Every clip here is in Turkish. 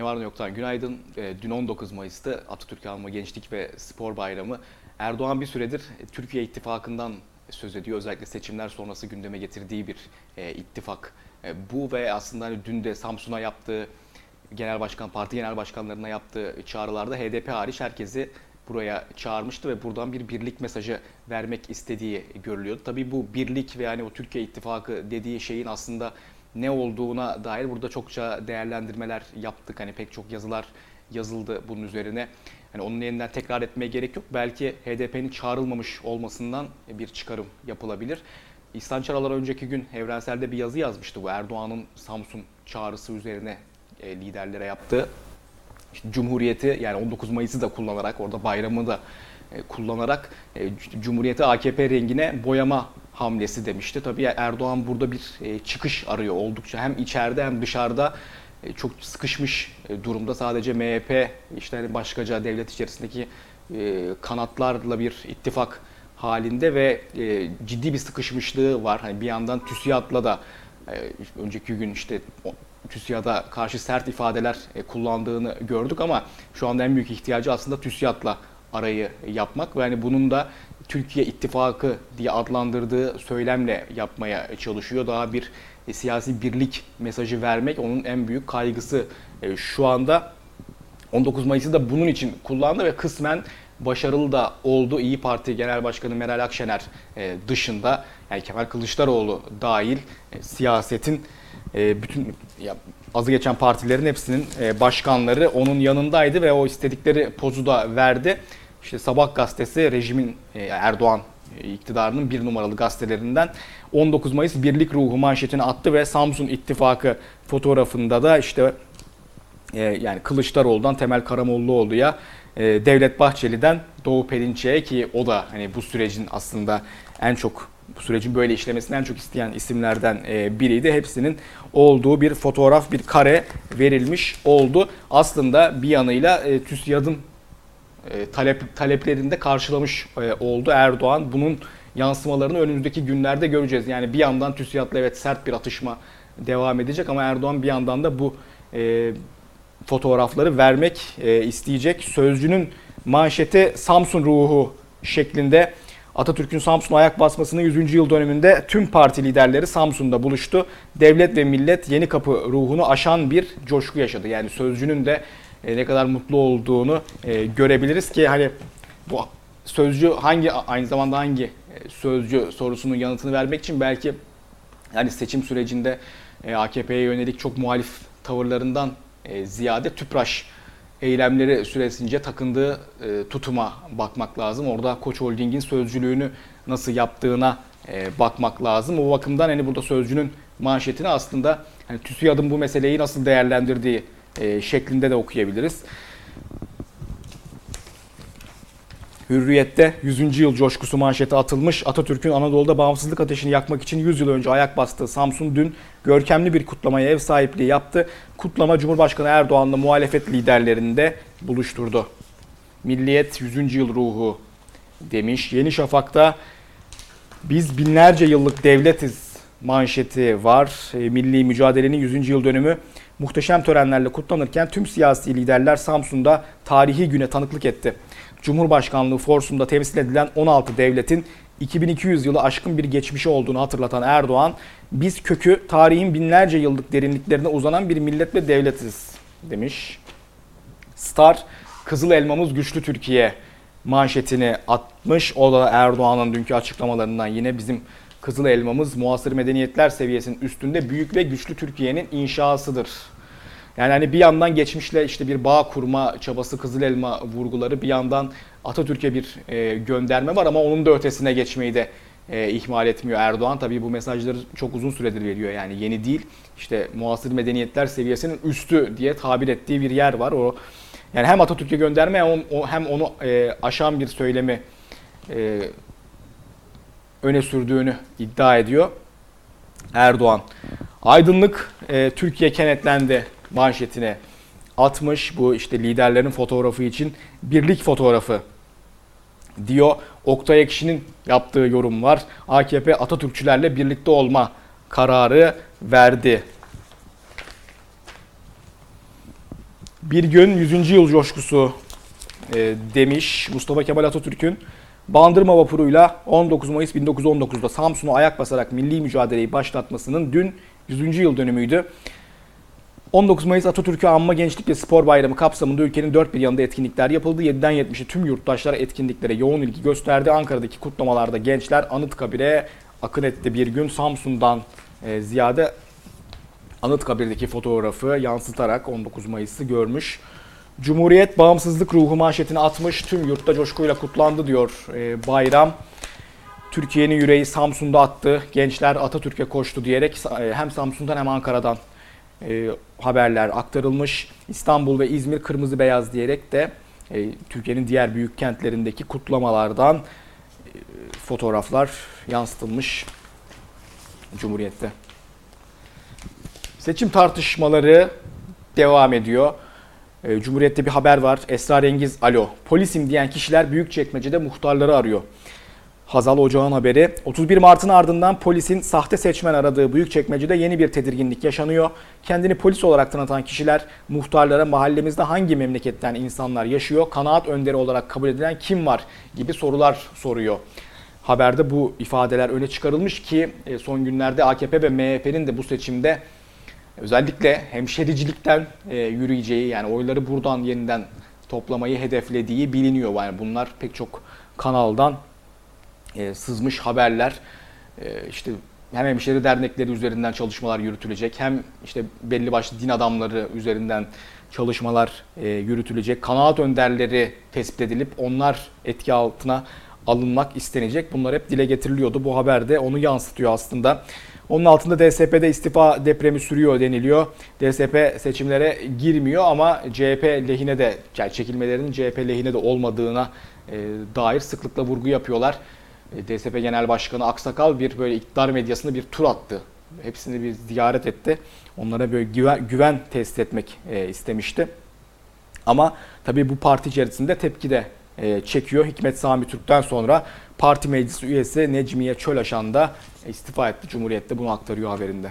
Ne var ne yoktan günaydın. Dün 19 Mayıs'ta Atatürk Anma Gençlik ve Spor Bayramı. Erdoğan bir süredir Türkiye İttifakı'ndan söz ediyor. Özellikle seçimler sonrası gündeme getirdiği bir ittifak. Bu ve aslında hani dün de Samsun'a yaptığı parti genel başkanlarına yaptığı çağrılarda HDP hariç herkesi buraya çağırmıştı ve buradan bir birlik mesajı vermek istediği görülüyordu. Tabii bu birlik ve yani o Türkiye İttifakı dediği şeyin aslında ne olduğuna dair burada çokça değerlendirmeler yaptık. Hani pek çok yazılar yazıldı bunun üzerine. Hani onun yeniden tekrar etmeye gerek yok. Belki HDP'nin çağrılmamış olmasından bir çıkarım yapılabilir. İhsan Çaralar önceki gün Evrensel'de bir yazı yazmıştı bu Erdoğan'ın Samsun çağrısı üzerine liderlere yaptığı. İşte Cumhuriyeti yani 19 Mayıs'ı da kullanarak orada bayramı da kullanarak Cumhuriyeti AKP rengine boyama hamlesi demişti. Tabii Erdoğan burada bir çıkış arıyor oldukça. Hem içeride hem dışarıda çok sıkışmış durumda. Sadece MHP işte hani başkaca devlet içerisindeki kanatlarla bir ittifak halinde ve ciddi bir sıkışmışlığı var. Hani bir yandan TÜSİAD'la da önceki gün işte TÜSİAD'a karşı sert ifadeler kullandığını gördük ama şu anda en büyük ihtiyacı aslında TÜSİAD'la arayı yapmak ve yani bunun da Türkiye İttifakı diye adlandırdığı söylemle yapmaya çalışıyor. Daha bir siyasi birlik mesajı vermek onun en büyük kaygısı şu anda. 19 Mayıs'ı da bunun için kullandı ve kısmen başarılı da oldu. İyi Parti Genel Başkanı Meral Akşener dışında yani Kemal Kılıçdaroğlu dahil siyasetin bütün azı geçen partilerin hepsinin başkanları onun yanındaydı ve o istedikleri pozu da verdi. İşte Sabah gazetesi rejimin Erdoğan iktidarının bir numaralı gazetelerinden 19 Mayıs birlik ruhu manşetini attı ve Samsun İttifakı fotoğrafında da işte yani Kılıçdaroğlu'dan Temel Karamollaoğlu'ya Devlet Bahçeli'den Doğu Perinçek'e ki o da hani bu sürecin aslında bu sürecin böyle işlemesini en çok isteyen isimlerden biriydi. Hepsinin olduğu bir fotoğraf, bir kare verilmiş oldu. Aslında bir yanıyla TÜSİAD'ın taleplerinde karşılamış oldu Erdoğan. Bunun yansımalarını önümüzdeki günlerde göreceğiz. Yani bir yandan TÜSİAD'la evet sert bir atışma devam edecek ama Erdoğan bir yandan da bu fotoğrafları vermek isteyecek. Sözcü'nün manşeti Samsun ruhu şeklinde. Atatürk'ün Samsun'a ayak basmasının 100. yıl dönümünde tüm parti liderleri Samsun'da buluştu. Devlet ve millet Yenikapı ruhunu aşan bir coşku yaşadı. Yani Sözcü'nün de ne kadar mutlu olduğunu görebiliriz ki hani bu Sözcü aynı zamanda hangi Sözcü sorusunun yanıtını vermek için belki yani seçim sürecinde AKP'ye yönelik çok muhalif tavırlarından ziyade TÜPRAŞ eylemleri süresince takındığı tutuma bakmak lazım. Orada Koç Holding'in sözcülüğünü nasıl yaptığına bakmak lazım. O bakımdan hani burada Sözcü'nün manşetini aslında hani TÜSİAD'ın bu meseleyi nasıl değerlendirdiği şeklinde de okuyabiliriz. Hürriyet'te 100. yıl coşkusu manşeti atılmış. Atatürk'ün Anadolu'da bağımsızlık ateşini yakmak için 100 yıl önce ayak bastığı Samsun dün görkemli bir kutlamaya ev sahipliği yaptı. Kutlama Cumhurbaşkanı Erdoğan'la muhalefet liderlerini de buluşturdu. Milliyet 100. yıl ruhu demiş. Yeni Şafak'ta biz binlerce yıllık devletiz manşeti var. Milli mücadelenin 100. yıl dönümü muhteşem törenlerle kutlanırken tüm siyasi liderler Samsun'da tarihi güne tanıklık etti. Cumhurbaşkanlığı forsunda temsil edilen 16 devletin 2200 yılı aşkın bir geçmişi olduğunu hatırlatan Erdoğan, biz kökü tarihin binlerce yıllık derinliklerine uzanan bir millet ve devletiz demiş. Star, Kızıl Elmamız Güçlü Türkiye manşetini atmış. O da Erdoğan'ın dünkü açıklamalarından yine bizim Kızıl Elmamız muasır medeniyetler seviyesinin üstünde büyük ve güçlü Türkiye'nin inşasıdır. Yani hani bir yandan geçmişle işte bir bağ kurma çabası, Kızıl Elma vurguları, bir yandan Atatürk'e bir gönderme var ama onun da ötesine geçmeyi de ihmal etmiyor Erdoğan. Tabii bu mesajları çok uzun süredir veriyor yani yeni değil. İşte muasır medeniyetler seviyesinin üstü diye tabir ettiği bir yer var. O yani hem Atatürk'e gönderme hem onu aşan bir söylemi öne sürdüğünü iddia ediyor Erdoğan. Aydınlık Türkiye kenetlendi manşetine atmış. Bu işte liderlerin fotoğrafı için birlik fotoğrafı diyor. Oktay Ekşi'nin yaptığı yorum var. AKP Atatürkçülerle birlikte olma kararı verdi Bir gün 100. yıl coşkusu demiş Mustafa Kemal Atatürk'ün Bandırma vapuruyla 19 Mayıs 1919'da Samsun'a ayak basarak milli mücadeleyi başlatmasının dün 100. yıl dönümüydü. 19 Mayıs Atatürk'ü Anma Gençlik ve Spor Bayramı kapsamında ülkenin dört bir yanında etkinlikler yapıldı. 7'den 70'e tüm yurttaşlar etkinliklere yoğun ilgi gösterdi. Ankara'daki kutlamalarda gençler Anıtkabir'e akın etti. Bir gün Samsun'dan ziyade Anıtkabir'deki fotoğrafı yansıtarak 19 Mayıs'ı görmüş. Cumhuriyet bağımsızlık ruhu manşetini atmış, tüm yurtta coşkuyla kutlandı diyor bayram. Türkiye'nin yüreği Samsun'da attı, gençler Atatürk'e koştu diyerek hem Samsun'dan hem Ankara'dan haberler aktarılmış. İstanbul ve İzmir kırmızı beyaz diyerek de Türkiye'nin diğer büyük kentlerindeki kutlamalardan fotoğraflar yansıtılmış Cumhuriyet'te. Seçim tartışmaları devam ediyor. Cumhuriyet'te bir haber var. Esrarengiz alo. Polisim diyen kişiler Büyükçekmece'de muhtarları arıyor. Hazal Ocağı'nın haberi. 31 Mart'ın ardından polisin sahte seçmen aradığı Büyükçekmece'de yeni bir tedirginlik yaşanıyor. Kendini polis olarak tanıtan kişiler muhtarlara mahallemizde hangi memleketten insanlar yaşıyor, kanaat önderi olarak kabul edilen kim var gibi sorular soruyor. Haberde bu ifadeler öne çıkarılmış ki son günlerde AKP ve MHP'nin de bu seçimde özellikle hemşericilikten yürüyeceği, yani oyları buradan yeniden toplamayı hedeflediği biliniyor. Yani bunlar pek çok kanaldan sızmış haberler. İşte hem hemşeri dernekleri üzerinden çalışmalar yürütülecek, hem işte belli başlı din adamları üzerinden çalışmalar yürütülecek. Kanaat önderleri tespit edilip onlar etki altına alınmak istenecek. Bunlar hep dile getiriliyordu. Bu haber de onu yansıtıyor aslında. Onun altında DSP'de istifa depremi sürüyor deniliyor. DSP seçimlere girmiyor ama CHP lehine de, yani çekilmelerinin CHP lehine de olmadığına dair sıklıkla vurgu yapıyorlar. DSP Genel Başkanı Aksakal bir böyle iktidar medyasında bir tur attı. Hepsini bir ziyaret etti. Onlara böyle güven tesis etmek istemişti. Ama tabii bu parti içerisinde tepki de çekiyor. Hikmet Sami Türk'ten sonra parti meclisi üyesi Necmiye Çölaşan da istifa etti. Cumhuriyet'te bunu aktarıyor haberinde.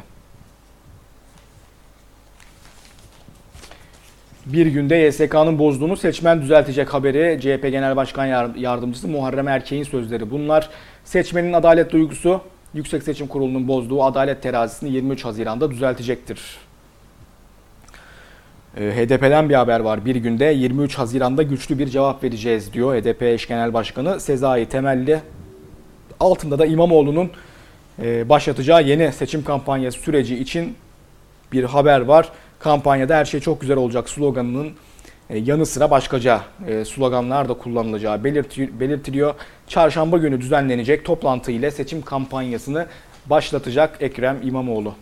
Bir günde YSK'nın bozduğunu seçmen düzeltecek haberi. CHP Genel Başkan Yardımcısı Muharrem Erkek'in sözleri bunlar. Seçmenin adalet duygusu Yüksek Seçim Kurulu'nun bozduğu adalet terazisini 23 Haziran'da düzeltecektir. HDP'den bir haber var. Bir günde 23 Haziran'da güçlü bir cevap vereceğiz diyor HDP eş genel başkanı Sezai Temelli. Altında da İmamoğlu'nun başlatacağı yeni seçim kampanyası süreci için bir haber var. Kampanyada her şey çok güzel olacak sloganının yanı sıra başkaca sloganlar da kullanılacağı belirtiliyor. Çarşamba günü düzenlenecek toplantı ile seçim kampanyasını başlatacak Ekrem İmamoğlu.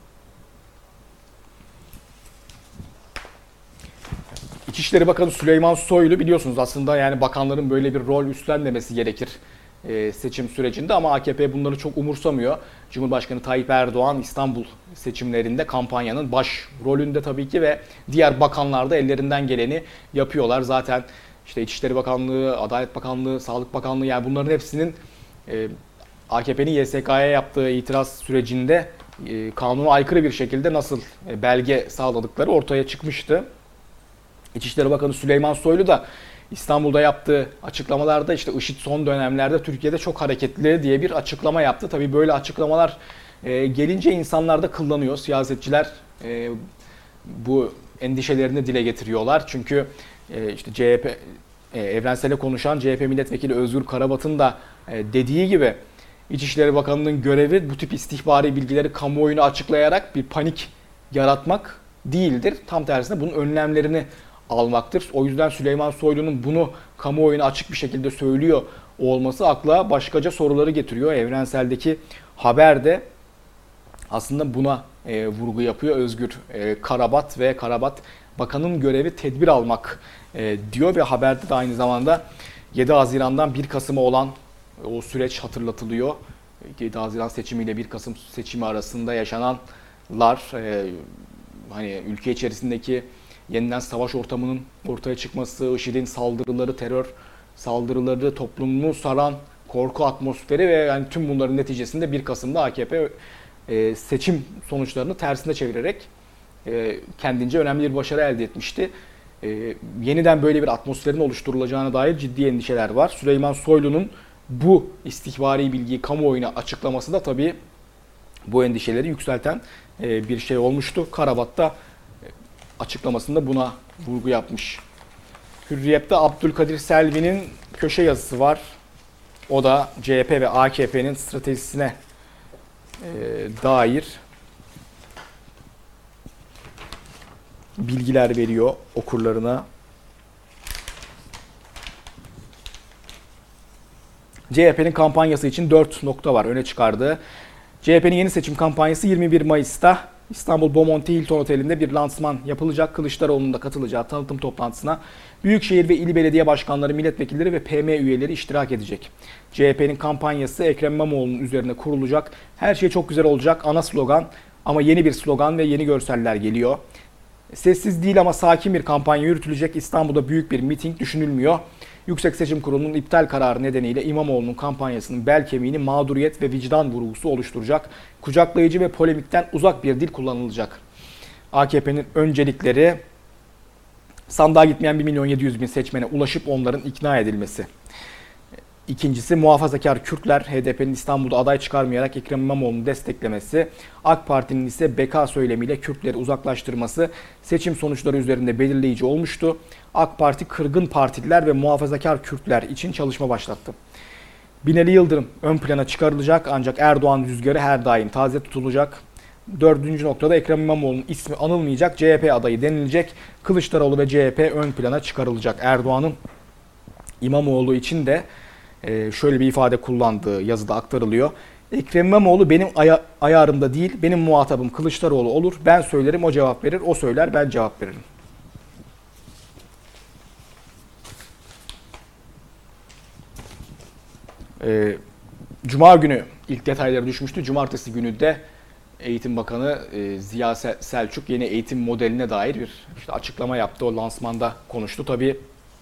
İçişleri Bakanı Süleyman Soylu, biliyorsunuz aslında yani bakanların böyle bir rol üstlenmemesi gerekir seçim sürecinde ama AKP bunları çok umursamıyor. Cumhurbaşkanı Tayyip Erdoğan İstanbul seçimlerinde kampanyanın baş rolünde tabii ki ve diğer bakanlar da ellerinden geleni yapıyorlar. Zaten işte İçişleri Bakanlığı, Adalet Bakanlığı, Sağlık Bakanlığı, yani bunların hepsinin AKP'nin YSK'ya yaptığı itiraz sürecinde kanuna aykırı bir şekilde nasıl belge sağladıkları ortaya çıkmıştı. İçişleri Bakanı Süleyman Soylu da İstanbul'da yaptığı açıklamalarda işte IŞİD son dönemlerde Türkiye'de çok hareketli diye bir açıklama yaptı. Tabii böyle açıklamalar gelince insanlar da kıllanıyor. Siyasetçiler bu endişelerini dile getiriyorlar. Çünkü işte CHP Evrensel'e konuşan CHP Milletvekili Özgür Karabat'ın da dediği gibi İçişleri Bakanı'nın görevi bu tip istihbari bilgileri kamuoyuna açıklayarak bir panik yaratmak değildir. Tam tersine bunun önlemlerini almaktır. O yüzden Süleyman Soylu'nun bunu kamuoyuna açık bir şekilde söylüyor olması akla başkaca soruları getiriyor. Evrensel'deki haber de aslında buna vurgu yapıyor. Özgür Karabat ve Karabat bakanın görevi tedbir almak diyor ve haberde de aynı zamanda 7 Haziran'dan 1 Kasım'a olan o süreç hatırlatılıyor. 7 Haziran seçimiyle 1 Kasım seçimi arasında yaşananlar, hani ülke içerisindeki yeniden savaş ortamının ortaya çıkması, IŞİD'in saldırıları, terör saldırıları, toplumu saran korku atmosferi ve yani tüm bunların neticesinde 1 Kasım'da AKP seçim sonuçlarını tersine çevirerek kendince önemli bir başarı elde etmişti. yeniden böyle bir atmosferin oluşturulacağına dair ciddi endişeler var. Süleyman Soylu'nun bu istihbari bilgiyi kamuoyuna açıklaması da tabii bu endişeleri yükselten bir şey olmuştu. Karabat da açıklamasında buna vurgu yapmış. Hürriyet'te Abdülkadir Selvi'nin köşe yazısı var. O da CHP ve AKP'nin stratejisine dair bilgiler veriyor okurlarına. CHP'nin kampanyası için 4 nokta var öne çıkardığı. CHP'nin yeni seçim kampanyası 21 Mayıs'ta İstanbul Bomonti Hilton Oteli'nde bir lansman yapılacak. Kılıçdaroğlu'nun da katılacağı tanıtım toplantısına Büyükşehir ve il belediye başkanları, milletvekilleri ve PM üyeleri iştirak edecek. CHP'nin kampanyası Ekrem İmamoğlu'nun üzerine kurulacak. Her şey çok güzel olacak ana slogan, ama yeni bir slogan ve yeni görseller geliyor. Sessiz değil ama sakin bir kampanya yürütülecek. İstanbul'da büyük bir miting düşünülmüyor. Yüksek Seçim Kurulu'nun iptal kararı nedeniyle İmamoğlu'nun kampanyasının bel kemiğini mağduriyet ve vicdan vurgusu oluşturacak. Kucaklayıcı ve polemikten uzak bir dil kullanılacak. AKP'nin öncelikleri sandığa gitmeyen 1.700.000 seçmene ulaşıp onların ikna edilmesi. İkincisi muhafazakar Kürtler, HDP'nin İstanbul'da aday çıkarmayarak Ekrem İmamoğlu'nu desteklemesi, AK Parti'nin ise beka söylemiyle Kürtleri uzaklaştırması seçim sonuçları üzerinde belirleyici olmuştu. AK Parti kırgın partililer ve muhafazakar Kürtler için çalışma başlattı. Binali Yıldırım ön plana çıkarılacak, ancak Erdoğan rüzgarı her daim taze tutulacak. Dördüncü noktada Ekrem İmamoğlu'nun ismi anılmayacak, CHP adayı denilecek. Kılıçdaroğlu ve CHP ön plana çıkarılacak. Erdoğan'ın İmamoğlu için de şöyle bir ifade kullandığı yazıda aktarılıyor. Ekrem İmamoğlu benim ayarımda değil, benim muhatabım Kılıçdaroğlu olur. Ben söylerim, o cevap verir, o söyler, ben cevap veririm. Cuma günü ilk detayları düşmüştü. Cumartesi günü de Eğitim Bakanı Ziya Selçuk yeni eğitim modeline dair bir açıklama yaptı. O lansmanda konuştu. Tabii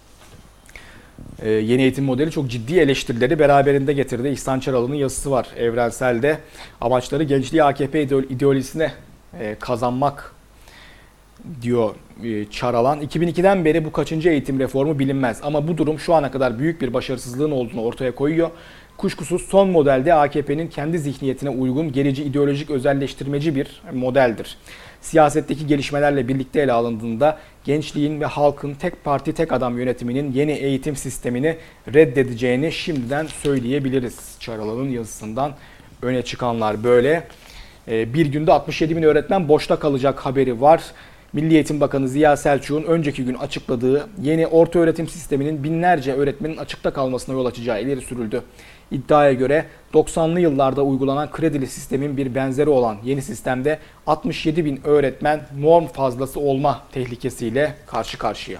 yeni eğitim modeli çok ciddi eleştirileri beraberinde getirdi. İhsan Çaralı'nın yazısı var Evrensel'de. Amaçları gençliği AKP ideolojisine kazanmak diyor Çaralan. 2002'den beri bu kaçıncı eğitim reformu bilinmez. Ama bu durum şu ana kadar büyük bir başarısızlığın olduğunu ortaya koyuyor. Kuşkusuz son modelde AKP'nin kendi zihniyetine uygun, gerici, ideolojik, özelleştirmeci bir modeldir. Siyasetteki gelişmelerle birlikte ele alındığında gençliğin ve halkın tek parti tek adam yönetiminin yeni eğitim sistemini reddedeceğini şimdiden söyleyebiliriz. Çaralan'ın yazısından öne çıkanlar böyle. Bir günde 67 bin öğretmen boşta kalacak haberi var. Milli Eğitim Bakanı Ziya Selçuk'un önceki gün açıkladığı yeni orta öğretim sisteminin binlerce öğretmenin açıkta kalmasına yol açacağı ileri sürüldü. İddiaya göre 90'lı yıllarda uygulanan kredili sistemin bir benzeri olan yeni sistemde 67 bin öğretmen norm fazlası olma tehlikesiyle karşı karşıya.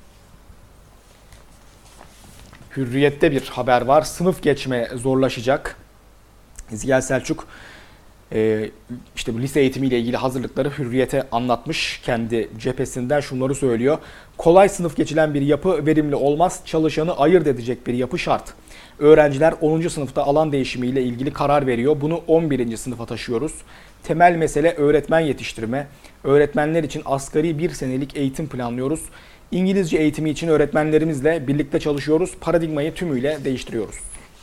Hürriyet'te bir haber var. Sınıf geçme zorlaşacak. Ziya Selçuk işte bu lise eğitimiyle ilgili hazırlıkları Hürriyet'e anlatmış. Kendi cephesinden şunları söylüyor. Kolay sınıf geçilen bir yapı verimli olmaz. Çalışanı ayırt edecek bir yapı şart. Öğrenciler 10. sınıfta alan değişimiyle ilgili karar veriyor. Bunu 11. sınıfa taşıyoruz. Temel mesele öğretmen yetiştirme. Öğretmenler için asgari bir senelik eğitim planlıyoruz. İngilizce eğitimi için öğretmenlerimizle birlikte çalışıyoruz. Paradigmayı tümüyle değiştiriyoruz.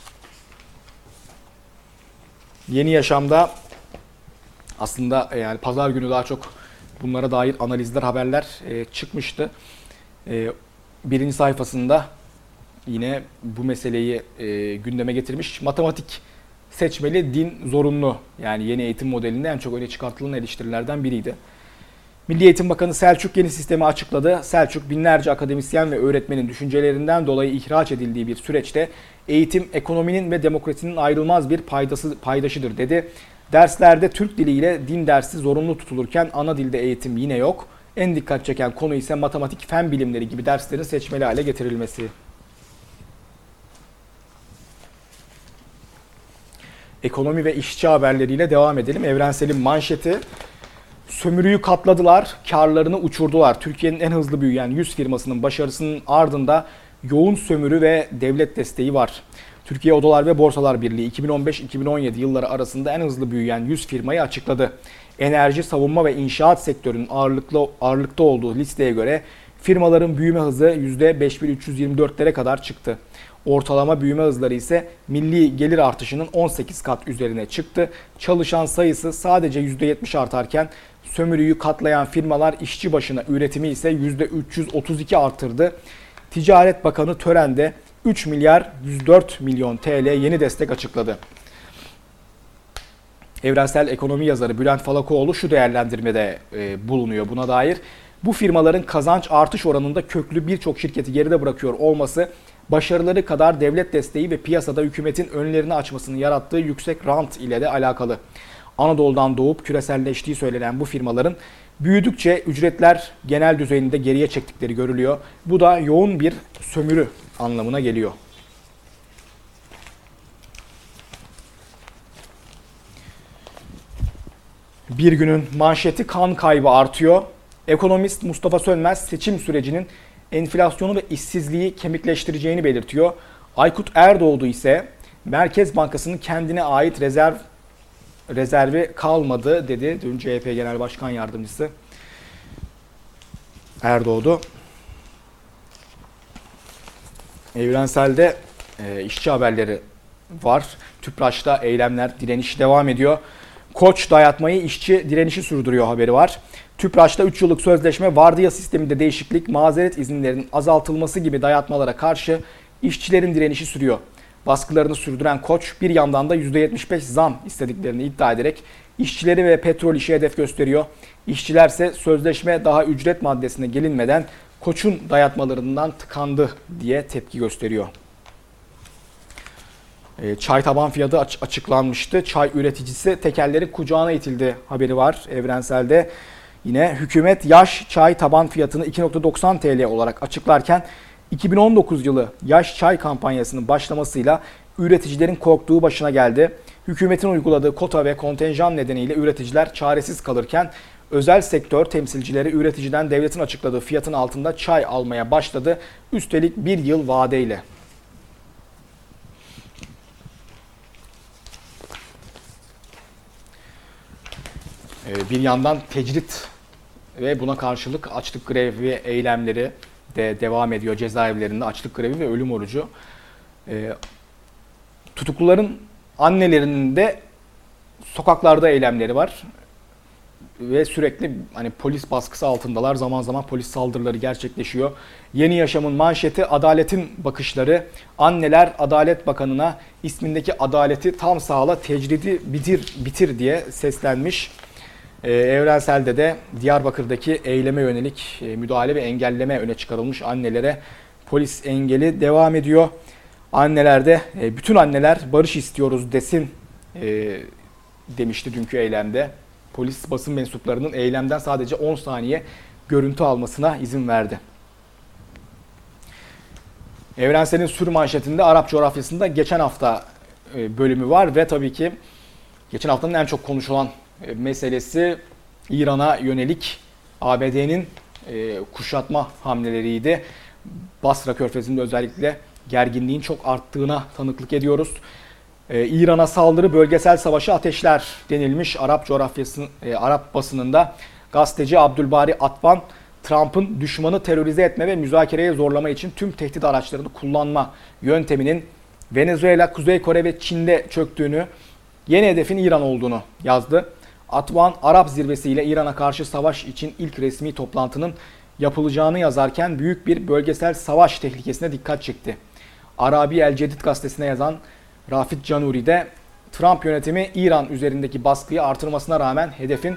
Yeni Yaşam'da aslında yani pazar günü daha çok bunlara dair analizler, haberler çıkmıştı. Birinci sayfasında yine bu meseleyi gündeme getirmiş. Matematik seçmeli, din zorunlu. Yani yeni eğitim modelinde en çok öne çıkartılan eleştirilerden biriydi. Milli Eğitim Bakanı Selçuk yeni sistemi açıkladı. Selçuk binlerce akademisyen ve öğretmenin düşüncelerinden dolayı ihraç edildiği bir süreçte eğitim ekonominin ve demokrasinin ayrılmaz bir paydaşıdır dedi. Derslerde Türk dili ile din dersi zorunlu tutulurken ana dilde eğitim yine yok. En dikkat çeken konu ise matematik, fen bilimleri gibi derslerin seçmeli hale getirilmesi. Ekonomi ve işçi haberleriyle devam edelim. Evrensel'in manşeti: sömürüyü katladılar, karlarını uçurdular. Türkiye'nin en hızlı büyüyen 100 firmasının başarısının ardında yoğun sömürü ve devlet desteği var. Türkiye Odalar ve Borsalar Birliği 2015-2017 yılları arasında en hızlı büyüyen 100 firmayı açıkladı. Enerji, savunma ve inşaat sektörünün ağırlıkta olduğu listeye göre Firmaların büyüme hızı %5324'lere kadar çıktı. Ortalama büyüme hızları ise milli gelir artışının 18 kat üzerine çıktı. Çalışan sayısı sadece %70 artarken sömürüyü katlayan firmalar işçi başına üretimi ise %332 artırdı. Ticaret Bakanı törende 3 milyar 104 milyon TL yeni destek açıkladı. Evrensel Ekonomi yazarı Bülent Falakoğlu şu değerlendirmede bulunuyor buna dair. Bu firmaların kazanç artış oranında köklü birçok şirketi geride bırakıyor olması, başarıları kadar devlet desteği ve piyasada hükümetin önlerini açmasını yarattığı yüksek rant ile de alakalı. Anadolu'dan doğup küreselleştiği söylenen bu firmaların büyüdükçe ücretler genel düzeyinde geriye çektikleri görülüyor. Bu da yoğun bir sömürü anlamına geliyor. Bir günün manşeti kan kaybı artıyor. Ekonomist Mustafa Sönmez seçim sürecinin enflasyonu ve işsizliği kemikleştireceğini belirtiyor. Aykut Erdoğdu ise Merkez Bankası'nın kendine ait rezervi kalmadı dedi. Dün CHP Genel Başkan Yardımcısı Erdoğdu. Evrensel'de işçi haberleri var. Tüpraş'ta eylemler, direniş devam ediyor. Koç dayatmayı, işçi direnişi sürdürüyor haberi var. Tüpraş'ta 3 yıllık sözleşme, vardiya sisteminde değişiklik, mazeret izinlerinin azaltılması gibi dayatmalara karşı işçilerin direnişi sürüyor. Baskılarını sürdüren Koç bir yandan da %75 zam istediklerini iddia ederek işçileri ve petrol işi hedef gösteriyor. İşçilerse sözleşme daha ücret maddesine gelinmeden Koç'un dayatmalarından tıkandı diye tepki gösteriyor. Çay taban fiyatı açıklanmıştı. Çay üreticisi tekelleri kucağına itildi haberi var Evrensel'de. Yine hükümet yaş çay taban fiyatını 2.90 TL olarak açıklarken 2019 yılı yaş çay kampanyasının başlamasıyla üreticilerin korktuğu başına geldi. Hükümetin uyguladığı kota ve kontenjan nedeniyle üreticiler çaresiz kalırken özel sektör temsilcileri üreticiden devletin açıkladığı fiyatın altında çay almaya başladı. Üstelik bir yıl vadeyle. Bir yandan tecrit ve buna karşılık açlık grevi eylemleri de devam ediyor cezaevlerinde. Açlık grevi ve ölüm orucu. Tutukluların annelerinin de sokaklarda eylemleri var. Ve sürekli hani polis baskısı altındalar. Zaman zaman polis saldırıları gerçekleşiyor. Yeni Yaşam'ın manşeti adaletin bakışları. Anneler Adalet Bakanı'na ismindeki adaleti tam sağla, tecridi bitir diye seslenmiş. Evrensel'de de Diyarbakır'daki eyleme yönelik müdahale ve engelleme öne çıkarılmış annelere polis engeli devam ediyor. Anneler de bütün anneler barış istiyoruz desin demişti dünkü eylemde. Polis basın mensuplarının eylemden sadece 10 saniye görüntü almasına izin verdi. Evrensel'in sür manşetinde Arap coğrafyasında geçen hafta bölümü var ve tabii ki geçen haftanın en çok konuşulan meselesi İran'a yönelik ABD'nin kuşatma hamleleriydi. Basra Körfezi'nde özellikle gerginliğin çok arttığına tanıklık ediyoruz. İran'a saldırı, bölgesel savaşı ateşler denilmiş Arap basınında. Gazeteci Abdülbari Atvan, Trump'ın düşmanı terörize etme ve müzakereye zorlama için tüm tehdit araçlarını kullanma yönteminin Venezuela, Kuzey Kore ve Çin'de çöktüğünü, yeni hedefin İran olduğunu yazdı. Atvan, Arap zirvesiyle İran'a karşı savaş için ilk resmi toplantının yapılacağını yazarken büyük bir bölgesel savaş tehlikesine dikkat çekti. Arabi El Cedid gazetesine yazan Rafit Canuri de Trump yönetimi İran üzerindeki baskıyı artırmasına rağmen hedefin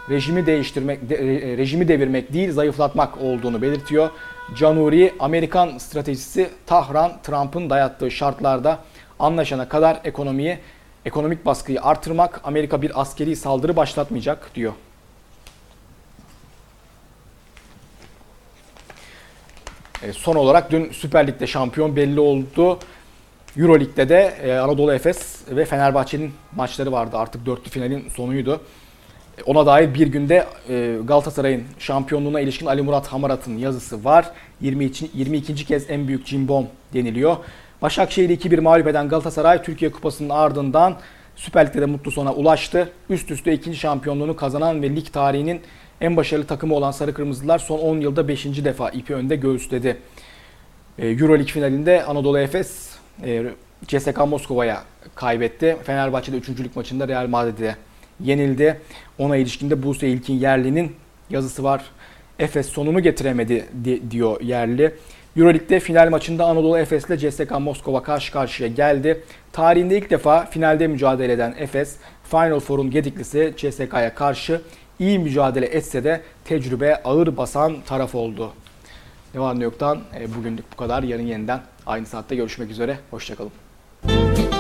rejimi devirmek değil zayıflatmak olduğunu belirtiyor. Canuri, Amerikan stratejisi Tahran, Trump'ın dayattığı şartlarda anlaşana kadar ekonomik baskıyı artırmak, Amerika bir askeri saldırı başlatmayacak diyor. Son olarak dün Süper Lig'de şampiyon belli oldu. Euroleague'de de Anadolu Efes ve Fenerbahçe'nin maçları vardı. Artık dörtlü finalin sonuydu. Ona dair bir günde Galatasaray'ın şampiyonluğuna ilişkin Ali Murat Hamarat'ın yazısı var. 22. kez en büyük cimbom deniliyor. Başakşehir'i 2-1 mağlup eden Galatasaray Türkiye Kupası'nın ardından Süper Lig'de de mutlu sona ulaştı. Üst üste ikinci şampiyonluğunu kazanan ve lig tarihinin En başarılı takımı olan Sarı Kırmızılar son 10 yılda 5. defa ipi önde göğüsledi. Euroleague finalinde Anadolu Efes CSKA Moskova'ya kaybetti. Fenerbahçe'de 3. maçında Real Madrid'e yenildi. Ona ilişkinde Buse İlkin Yerli'nin yazısı var. Efes sonunu getiremedi diyor Yerli. Euroleague'de final maçında Anadolu Efes ile CSKA Moskova karşı karşıya geldi. Tarihinde ilk defa finalde mücadele eden Efes, Final Four'un gediklisi CSKA'ya karşı iyi mücadele etse de tecrübe ağır basan taraf oldu. Ne var ne yoktan bugünlük bu kadar. Yarın yeniden aynı saatte görüşmek üzere. Hoşçakalın.